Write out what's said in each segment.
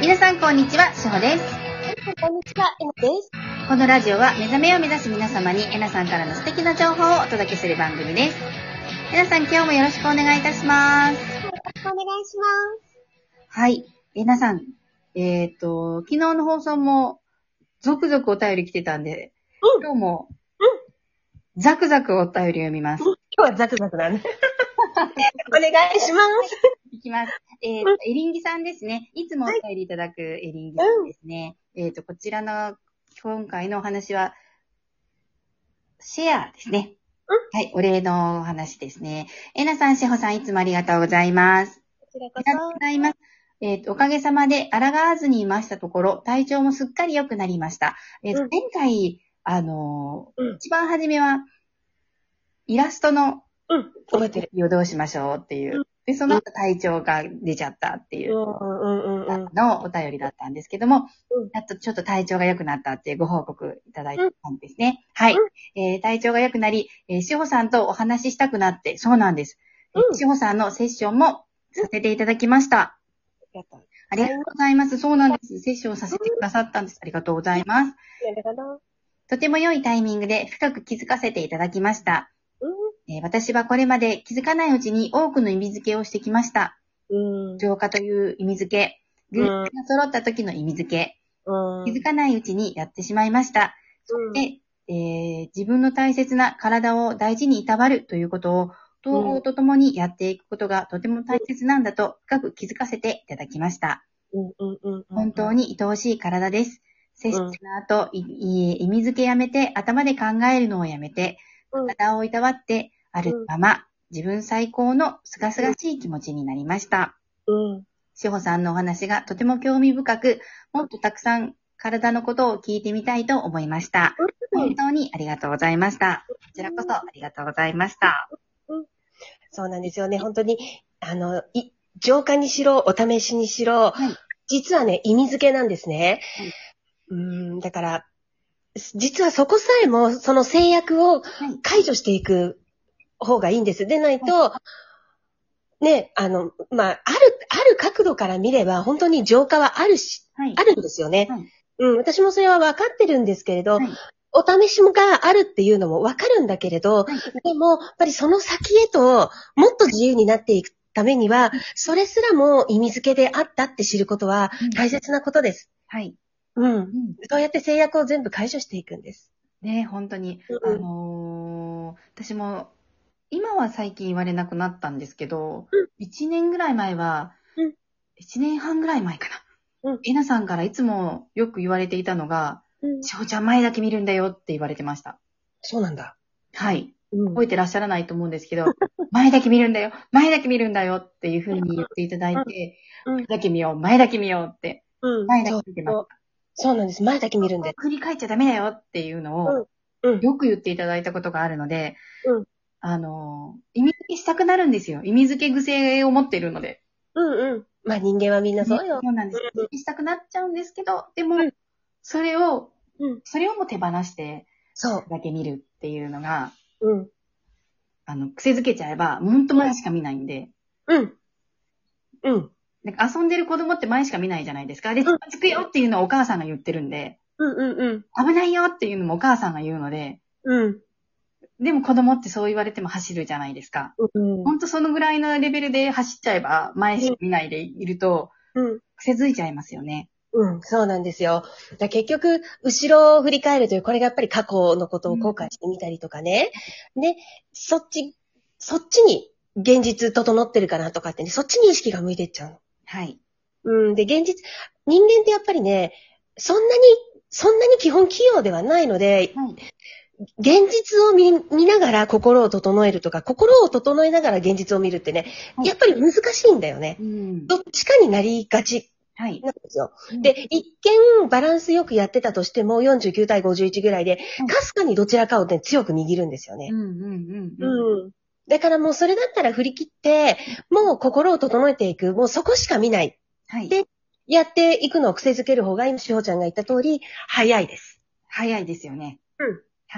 皆さんこんにちは、しほです。 こんにちは、えなです。 このラジオは目覚めを目指す皆様にえなさんからの素敵な情報をお届けする番組です。えなさん今日もよろしくお願いいたします。よろしくお願いします。 はい。えなさん、昨日の放送も続々お便り来てたんで、今日もザクザクお便り読みます。 今日はザクザクなんで。お願いします。 いきます。エリンギさんですね。いつもお便りいただくエリンギさんですね。こちらの今回のお話は、シェアですね。はい、お礼のお話ですね。えなさん、しほさん、いつもありがとうございます。 こちらこそ。 ありがとうございます。おかげさまで抗わずにいましたところ、体調もすっかり良くなりました。前回、一番初めは、イラストの、 覚えてる。 どうしましょうっていう。で、その後体調が出ちゃったっていうのお便りだったんですけども、やっとちょっと体調が良くなったっていうご報告いただいたんですね。はい。体調が良くなり、しほさんとお話ししたくなって、そうなんです。しほさんのセッションもさせていただきました。ありがとうございます。そうなんです。セッションさせてくださったんです。ありがとうございます。とても良いタイミングで深く気づかせていただきました。私はこれまで気づかないうちに多くの意味付けをしてきました。浄化という意味付け、偶然が揃った時の意味付け、気づかないうちにやってしまいました。で、自分の大切な体を大事にいたわるということを統合とともにやっていくことがとても大切なんだと深く気づかせていただきました。本当に愛おしい体です。摂取の後、意味付けやめて頭で考えるのをやめて、体をいたわってあるまま、自分最高のすがすがしい気持ちになりました。しほさんのお話がとても興味深く、もっとたくさん体のことを聞いてみたいと思いました。本当にありがとうございました。こちらこそありがとうございました。 そうなんですよね。本当に、浄化にしろ、お試しにしろ、実はね、意味付けなんですね。だから、実はそこさえも、その制約を解除していく方がいいんです。でないと、ね、ある角度から見れば、本当に浄化はあるんですよね。私もそれは分かってるんですけれど、お試しがあるっていうのも分かるんだけれど、でも、やっぱりその先へと、もっと自由になっていくためには、それすらも意味付けであったって知ることは大切なことです。そうやって制約を全部解除していくんです。 ね、本当に。私も、今は最近言われなくなったんですけど、1年ぐらい前は、1年半ぐらい前かな。えなさんからいつもよく言われていたのが、しほちゃん前だけ見るんだよって言われてました。 そうなんだ。 はい。覚えてらっしゃらないと思うんですけど、前だけ見るんだよ、前だけ見るんだよっていうふうに言っていただいて、前だけ見よう、前だけ見ようって、前だけ見てました。 そうなんです。前だけ見るんで。 繰り返っちゃダメだよっていうのを、よく言っていただいたことがあるので、意味付けしたくなるんですよ。意味付け癖を持っているので。 まあ人間はみんなそうよ。 そうなんです。意味付けしたくなっちゃうんですけど、でも、それをも手放して、そうだけ見るっていうのが、癖づけちゃえば、ほんと前しか見ないんで。なんか遊んでる子供って前しか見ないじゃないですか。で、つくよっていうのをお母さんが言ってるんで、危ないよっていうのもお母さんが言うので、でも子供ってそう言われても走るじゃないですか。ほんとそのぐらいのレベルで走っちゃえば、前しか見ないでいると、癖づいちゃいますよね。 そうなんですよ。結局、後ろを振り返るという、これがやっぱり過去のことを後悔してみたりとかね。で、そっちに現実整ってるかなとかってね、そっちに意識が向いてっちゃうの。 はい。 で、人間ってやっぱりね、そんなに基本器用ではないので、現実を見ながら心を整えるとか、心を整えながら現実を見るってね、やっぱり難しいんだよね。どっちかになりがち。なんですよ。で、一見バランスよくやってたとしても、49対51ぐらいで、かすかにどちらかをね、強く握るんですよね。だからもうそれだったら振り切って、もう心を整えていく、もうそこしか見ない。で、やっていくのを癖づける方が、今、しほちゃんが言った通り、早いです。 早いですよね。はい。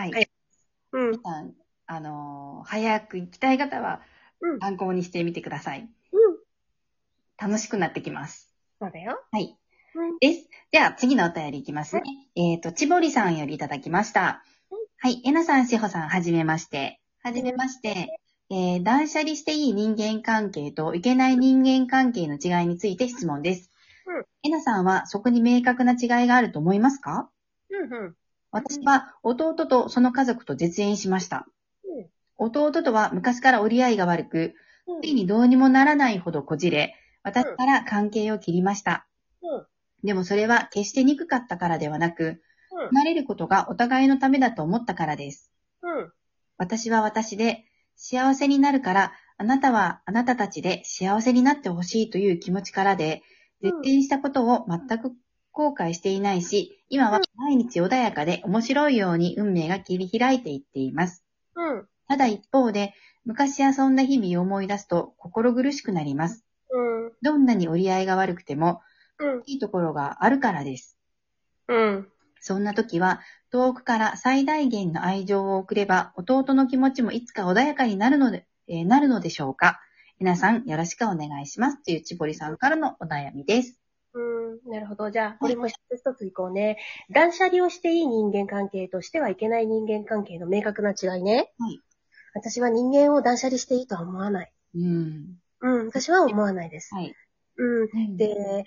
早く行きたい方は、参考にしてみてください。楽しくなってきます。 そうだよ。 はい。 です。では、次のお便りいきますね。ちぼりさんよりいただきました。はい。えなさん、しほさん、はじめまして。はじめまして。断捨離していい人間関係といけない人間関係の違いについて質問です。えなさんはそこに明確な違いがあると思いますか？私は弟とその家族と絶縁しました。弟とは昔から折り合いが悪く、ついにどうにもならないほどこじれ、私から関係を切りました。でもそれは決して憎かったからではなく、離れることがお互いのためだと思ったからです。私は私で幸せになるから、あなたはあなたたちで幸せになってほしいという気持ちからで、絶縁したことを全く後悔していないし、今は毎日穏やかで面白いように運命が切り開いていっています。ただ一方で、昔遊んだ日々を思い出すと心苦しくなります。どんなに折り合いが悪くても、いいところがあるからです。そんな時は、遠くから最大限の愛情を送れば、弟の気持ちもいつか穏やかになるのでしょうか。皆さん、よろしくお願いします。というちぼりさんからのお悩みです。 なるほど。じゃあ、これも一つ一ついこうね。断捨離をしていい人間関係としてはいけない人間関係の明確な違いね。私は人間を断捨離していいとは思わない。私は思わないです。で、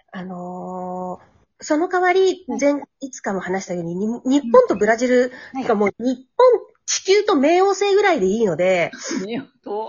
その代わり、いつかも話したように、日本とブラジルがもう地球と冥王星ぐらいでいいので、それ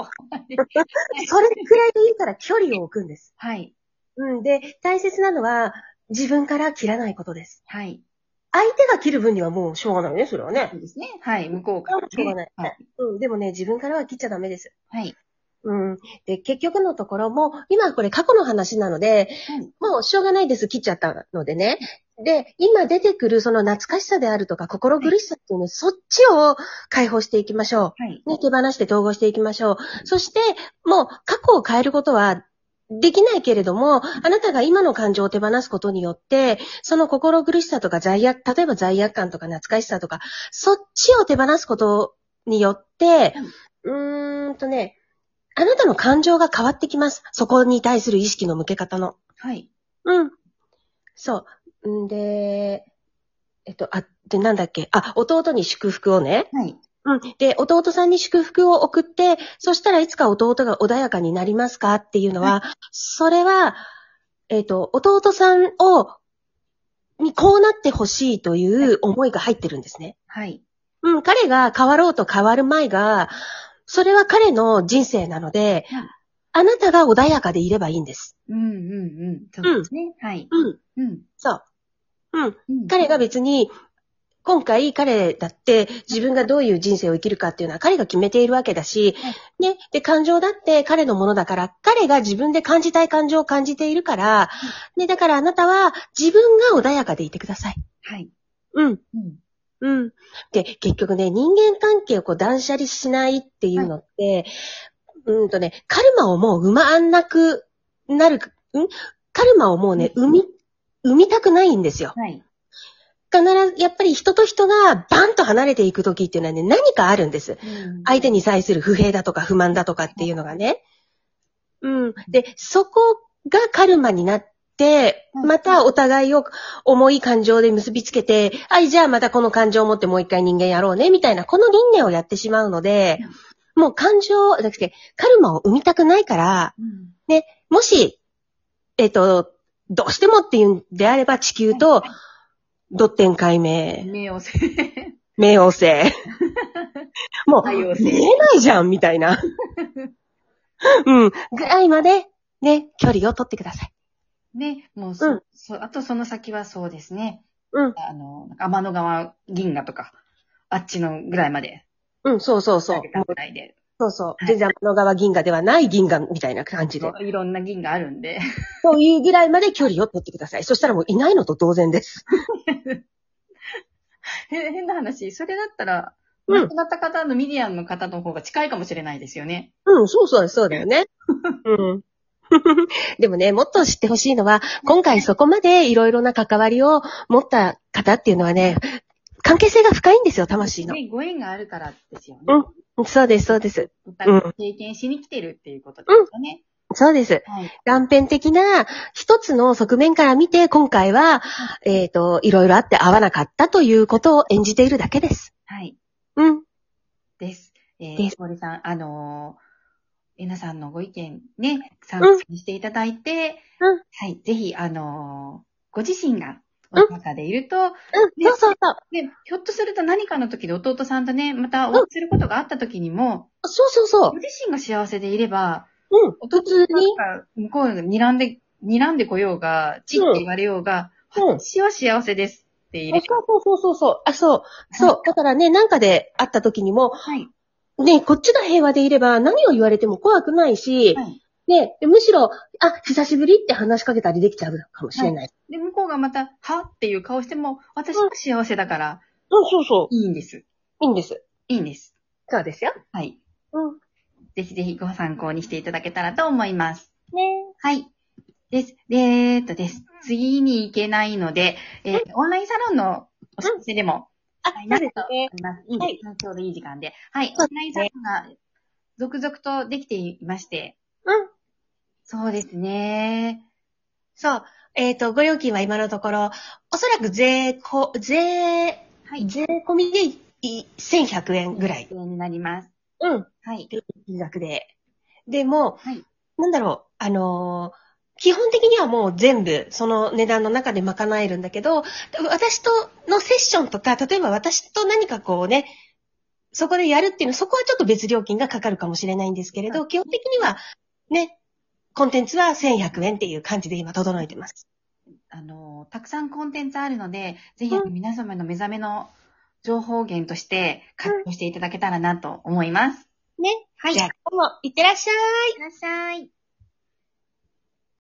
くらいでいいから距離を置くんです。で、大切なのは、自分から切らないことです。相手が切る分にはもうしょうがないね、それはね。 そうですね。向こうから、 しょうがない。でもね、自分からは切っちゃダメです。で、結局のところも、今これ過去の話なので、もうしょうがないです、切っちゃったのでね。で、今出てくるその懐かしさであるとか、心苦しさっていうね、そっちを解放していきましょう。手放して統合していきましょう。そして、もう過去を変えることはできないけれども、あなたが今の感情を手放すことによって、その心苦しさとか例えば罪悪感とか懐かしさとか、そっちを手放すことによって、あなたの感情が変わってきます。そこに対する意識の向け方の。そう。で、なんだっけ。弟に祝福をね。で、弟さんに祝福を送って、そしたらいつか弟が穏やかになりますかっていうのは、それは、弟さんにこうなってほしいという思いが入ってるんですね。彼が変わろうと変わる前が、それは彼の人生なので、あなたが穏やかでいればいいんです。 そうですね。 そう。彼が別に、今回彼だって自分がどういう人生を生きるかっていうのは彼が決めているわけだし、で、感情だって彼のものだから、彼が自分で感じたい感情を感じているから、だからあなたは自分が穏やかでいてください。で、結局ね、人間関係を断捨離しないっていうのって、カルマをもう生まなくなる、カルマをもうね、生みたくないんですよ。必ず、やっぱり人と人がバンと離れていくときっていうのはね、何かあるんです。相手に対する不平だとか不満だとかっていうのがね。で、そこがカルマになって、またお互いを重い感情で結びつけて、じゃあまたこの感情を持ってもう一回人間やろうね、みたいな、この輪廻をやってしまうので、もうカルマを生みたくないから、ね、もし、どうしてもっていうんであれば地球と、ドッテン解明。 冥王星。 もう、見えないじゃんみたいな。ぐらいまで、ね、距離を取ってください。 もうあとその先はそうですね。天の川銀河とか、あっちのぐらいまで。 そう。そう。全然天の川銀河ではない銀河みたいな感じで。 いろんな銀河あるんで。 そういうぐらいまで距離を取ってください。そしたらもういないのと同然です。 変な話。それだったら、亡くなった方のミディアンの方の方が近いかもしれないですよね。 そうだよね。でもね、もっと知ってほしいのは、今回そこまでいろいろな関わりを持った方っていうのはね、関係性が深いんですよ、魂の。 ご縁があるからですよね。 そうです。 経験しに来てるっていうことですよね。 そうです。 はい。 断片的な一つの側面から見て、今回は、いろいろあって合わなかったということを演じているだけです。 はい。 うん。 です。 です。 森さん、えなさんのご意見ね、参考にしていただいて、 うん。 はい。ぜひ、ご自身がお中でいると、 うん。そうそうそう。 で、ひょっとすると何かの時で弟さんとね、またお会いすることがあった時にも、 そうそうそご自身が幸せでいれば、 う。うん。 弟普通に。 さんが向こうが睨んでこようが、チって言われようが、 うん。 私は幸せですって言えば。 そう。そう。だからね、なんかで会った時にも、 はい。 ね、こっちが平和でいれば何を言われても怖くないし、 はい。 ね、むしろ、久しぶりって話しかけたりできちゃうかもしれない。 で、向こうがまた、はっていう顔しても、私は幸せだから、 そうそう。 いいんです。 いいんです。 いいんです。 そうですよ。 はい。 うん。 ぜひぜひご参考にしていただけたらと思います。 ね。 はい。です。次に行けないので、オンラインサロンのお知らせでも、はい、 そうですね。 あります。いいです。ちょうどいい時間で。はい。オンそうラインですね。 サロンが続々とできていまして。 うん。 そうですね。 そう。ご料金は今のところ、おそらくはい。 税込みで1100円ぐらい。 になります。 うん。 はい。 金額で。でも、 はい。 なんだろう、基本的にはもう全部その値段の中で賄えるんだけど、私とのセッションとか、例えば私と何かこうね、そこでやるっていうの、そこはちょっと別料金がかかるかもしれないんですけれど、基本的にはね、コンテンツは1100円っていう感じで今整えてます。 たくさんコンテンツあるので、ぜひ皆様の目覚めの情報源として活用していただけたらなと思います。 ね。 はい。 じゃあ、どうも、いってらっしゃい。 いらっしゃい。